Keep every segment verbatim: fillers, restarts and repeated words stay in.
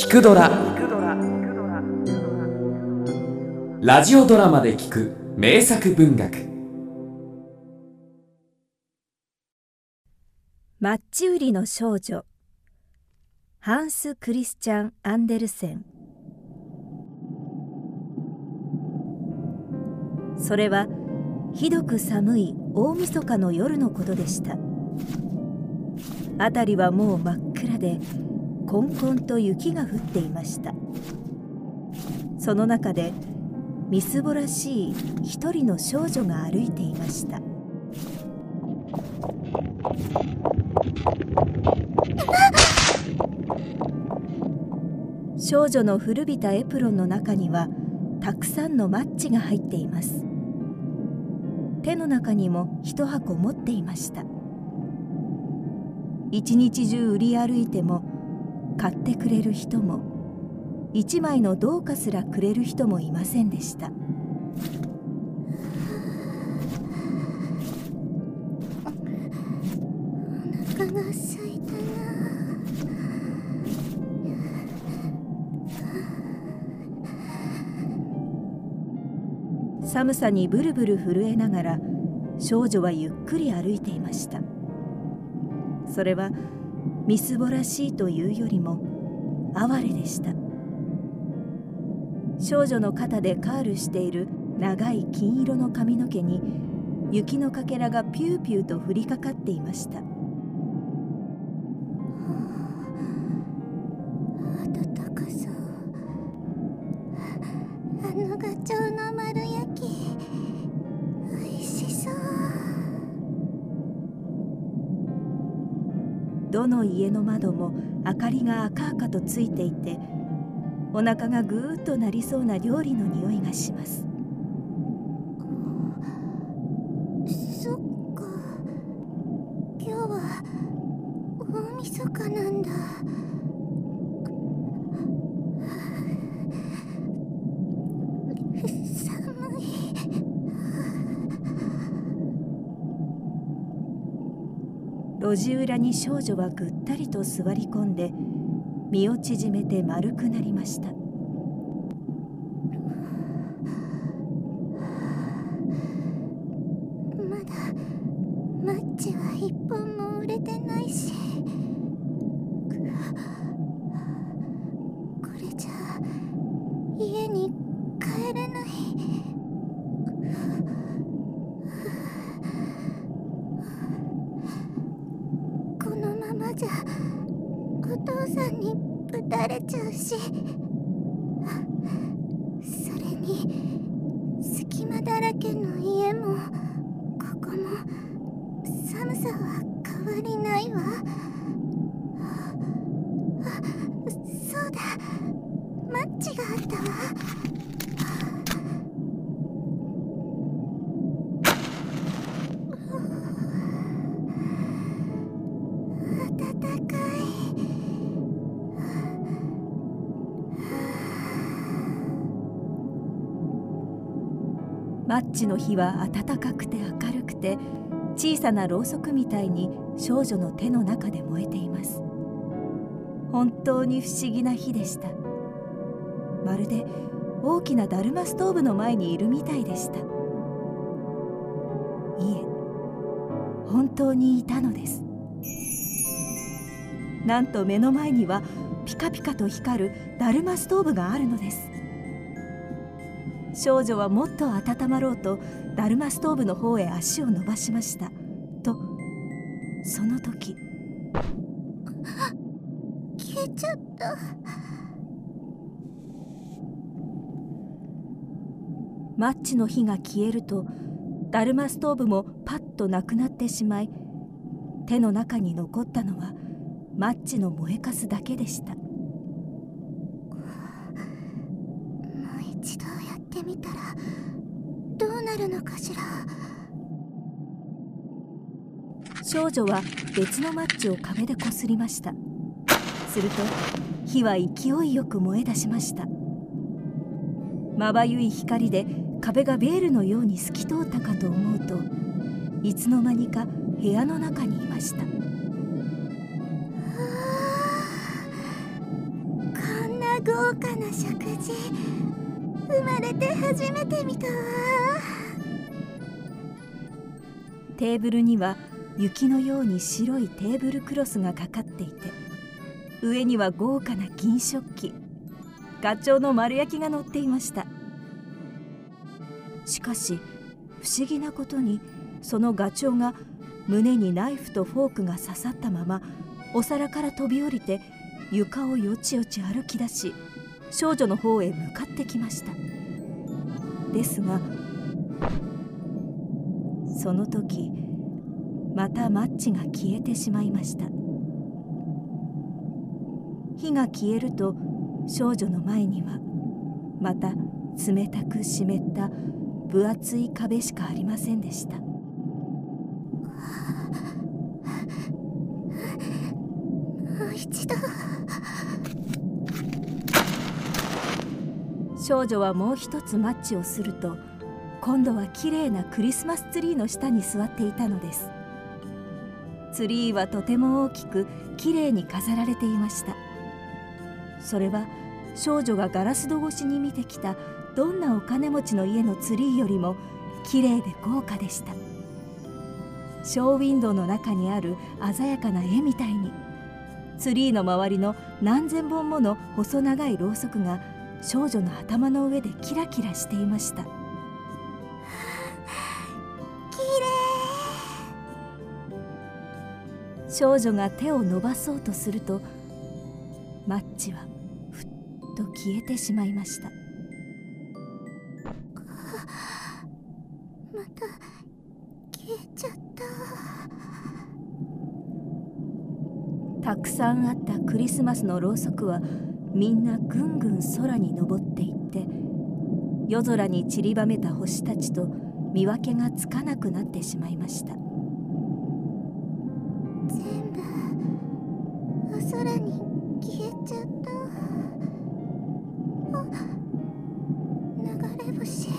聞くドラ、ラジオドラマで聞く名作文学。 マッチ売りの少女、ハンス・クリスチャン・アンデルセン。それはひどく寒い大晦日の夜のことでした。辺りはもう真っ暗で、こんこんと雪が降っていました。その中でみすぼらしい一人の少女が歩いていました。少女の古びたエプロンの中にはたくさんのマッチが入っています。手の中にも一箱持っていました。一日中売り歩いても買ってくれる人も、一枚の銅貨すらくれる人もいませんでした。 お腹が空いたな。 寒さにブルブル震えながら少女はゆっくり歩いていました。それはみすぼらしいというよりも哀れでした。少女の肩でカールしている長い金色の髪の毛に雪のかけらがピューピューと降りかかっていました。 暖かそう。あのガチョウの丸焼き、おいしそう。 どの家の窓も明かりが赤々とついていて、お腹がぐーっとなりそうな料理の匂いがします。 そっか、今日は大晦日なんだ。寒い。 路地裏に少女はぐったりと座り込んで、身を縮めて丸くなりました。 まだマッチは一本も売れてないし、これじゃあ家に帰れない。このままじゃお父さんにぶたれちゃうし、それに隙間だらけの家もここも寒さは変わりないわ。あ、そうだ、マッチがあったわ。暖かい。 マッチの火は暖かくて明るくて、小さなろうそくみたいに少女の手の中で燃えています。本当に不思議な火でした。まるで大きなだるまストーブの前にいるみたいでした。いえ、本当にいたのです。なんと目の前にはピカピカと光るだるまストーブがあるのです。少女はもっと温まろうとだるまストーブの方へ足を伸ばしました。とその時、 消えちゃった。 マッチの火が消えるとだるまストーブもパッとなくなってしまい、手の中に残ったのはマッチの燃えかすだけでした。もう一度やってみたらどうなるのかしら。 少女は別のマッチを壁でこすりました。すると火は勢いよく燃え出しました。まばゆい光で壁がベールのように透き通ったかと思うと、いつの間にか部屋の中にいました。 こんな豪華な食事、生まれて初めて見たわ。 テーブルには雪のように白いテーブルクロスがかかっていて、上には豪華な銀食器、ガチョウの丸焼きが乗っていました。しかし不思議なことに、そのガチョウが胸にナイフとフォークが刺さったままお皿から飛び降りて、床をよちよち歩き出し、少女の方へ向かってきました。ですがその時、またマッチが消えてしまいました。火が消えると、少女の前にはまた冷たく湿った分厚い壁しかありませんでした。 もう一度。 少女はもう一つマッチをすると、今度はきれいなクリスマスツリーの下に座っていたのです。ツリーはとても大きくきれいに飾られていました。それは少女がガラス戸越しに見てきたどんなお金持ちの家のツリーよりもきれいで豪華でした。ショーウィンドウの中にある鮮やかな絵みたいに、ツリーの周りの何千本もの細長いろうそくが少女の頭の上でキラキラしていました。少女が手を伸ばそうとすると、マッチはふっと消えてしまいました。 また消えちゃった。 たくさんあったクリスマスのろうそくはみんなぐんぐん空に昇っていって、夜空に散りばめた星たちと見分けがつかなくなってしまいました。 全部お空に消えちゃった。あ、流れ星。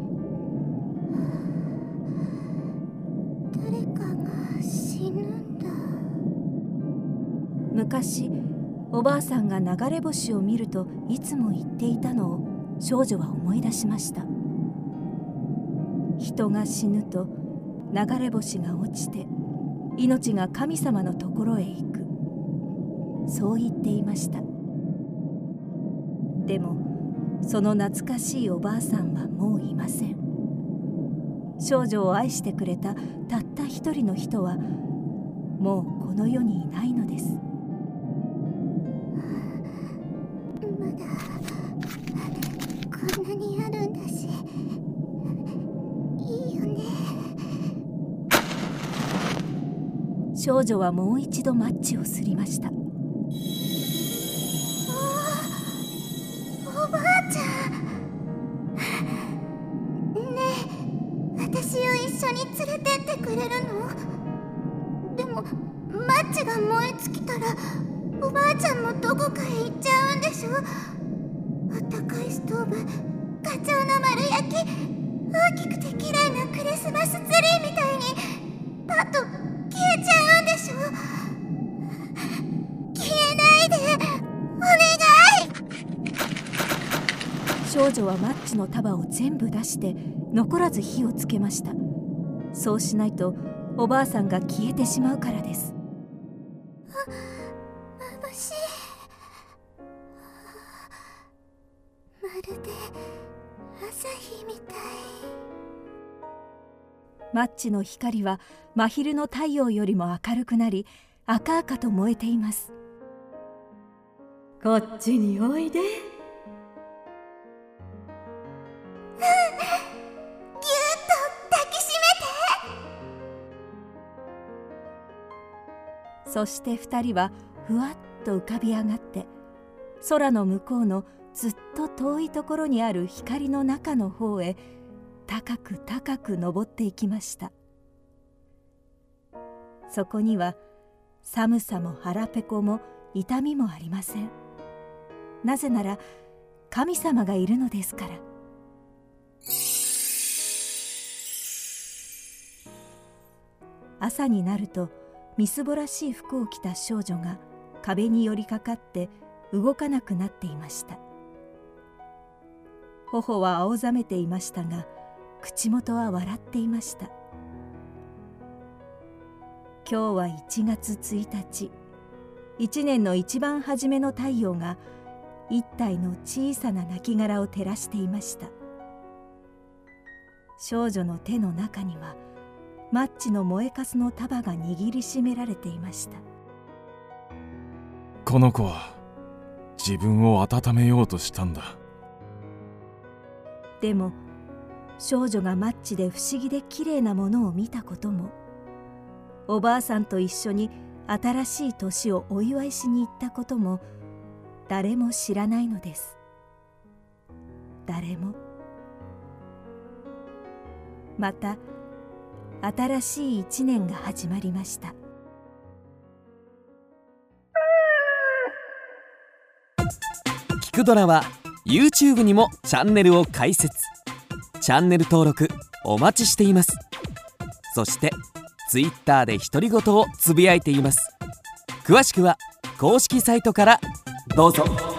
誰かが死ぬんだ。 昔おばあさんが流れ星を見るといつも言っていたのを少女は思い出しました。人が死ぬと流れ星が落ちて命が神様のところへ行く、そう言っていました。でもその懐かしいおばあさんはもういません。少女を愛してくれたたった一人の人はもうこの世にいないのです。 まだこんなにあるんだし、いいよね。 少女はもう一度マッチをすりました。 おばあちゃん。ねえ、私を一緒に連れてってくれるの？でもマッチが燃え尽きたらおばあちゃんもどこかへ行っちゃうんでしょ。あったかいストーブ、ガチョウの丸焼き、大きくて綺麗なクリスマスツリーみたいにパッと消えちゃうんでしょ。消えないで、お願い。 少女はマッチの束を全部出して残らず火をつけました。そうしないとおばあさんが消えてしまうからです。 あ、眩しい。まるで朝日みたい。 マッチの光は真昼の太陽よりも明るくなり、赤々と燃えています。こっちにおいで。 ぎゅーっと抱きしめて。 そして二人はふわっと浮かび上がって、空の向こうのずっと遠いところにある光の中の方へ高く高く登っていきました。そこには寒さも腹ペコも痛みもありません。なぜなら神様がいるのですから。朝になるとみすぼらしい服を着た少女が壁に寄りかかって動かなくなっていました。頬は青ざめていましたが、口元は笑っていました。今日はいちがつついたち、一年の一番初めの太陽が一体の小さな亡骸を照らしていました。少女の手の中にはマッチの燃えかすの束が握りしめられていました。 この子は自分を温めようとしたんだ。 でも少女がマッチで不思議できれいなものを見たことも、おばあさんと一緒に新しい年をお祝いしに行ったことも誰も知らないのです。誰も。また新しい一年が始まりました。 聞くドラは YouTube にもチャンネルを開設。チャンネル登録お待ちしています。そして Twitter で独り言をつぶやいています。詳しくは公式サイトからどうぞ。